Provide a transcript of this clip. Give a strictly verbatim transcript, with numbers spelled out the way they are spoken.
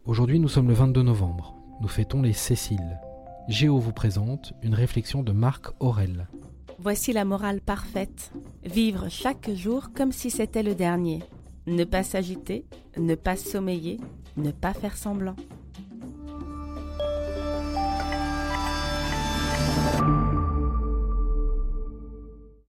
Aujourd'hui, nous sommes le vingt-deux novembre. Nous fêtons les Céciles. Géo vous présente une réflexion de Marc Aurèle. Voici la morale parfaite. Vivre chaque jour comme si c'était le dernier. Ne pas s'agiter, ne pas sommeiller, ne pas faire semblant.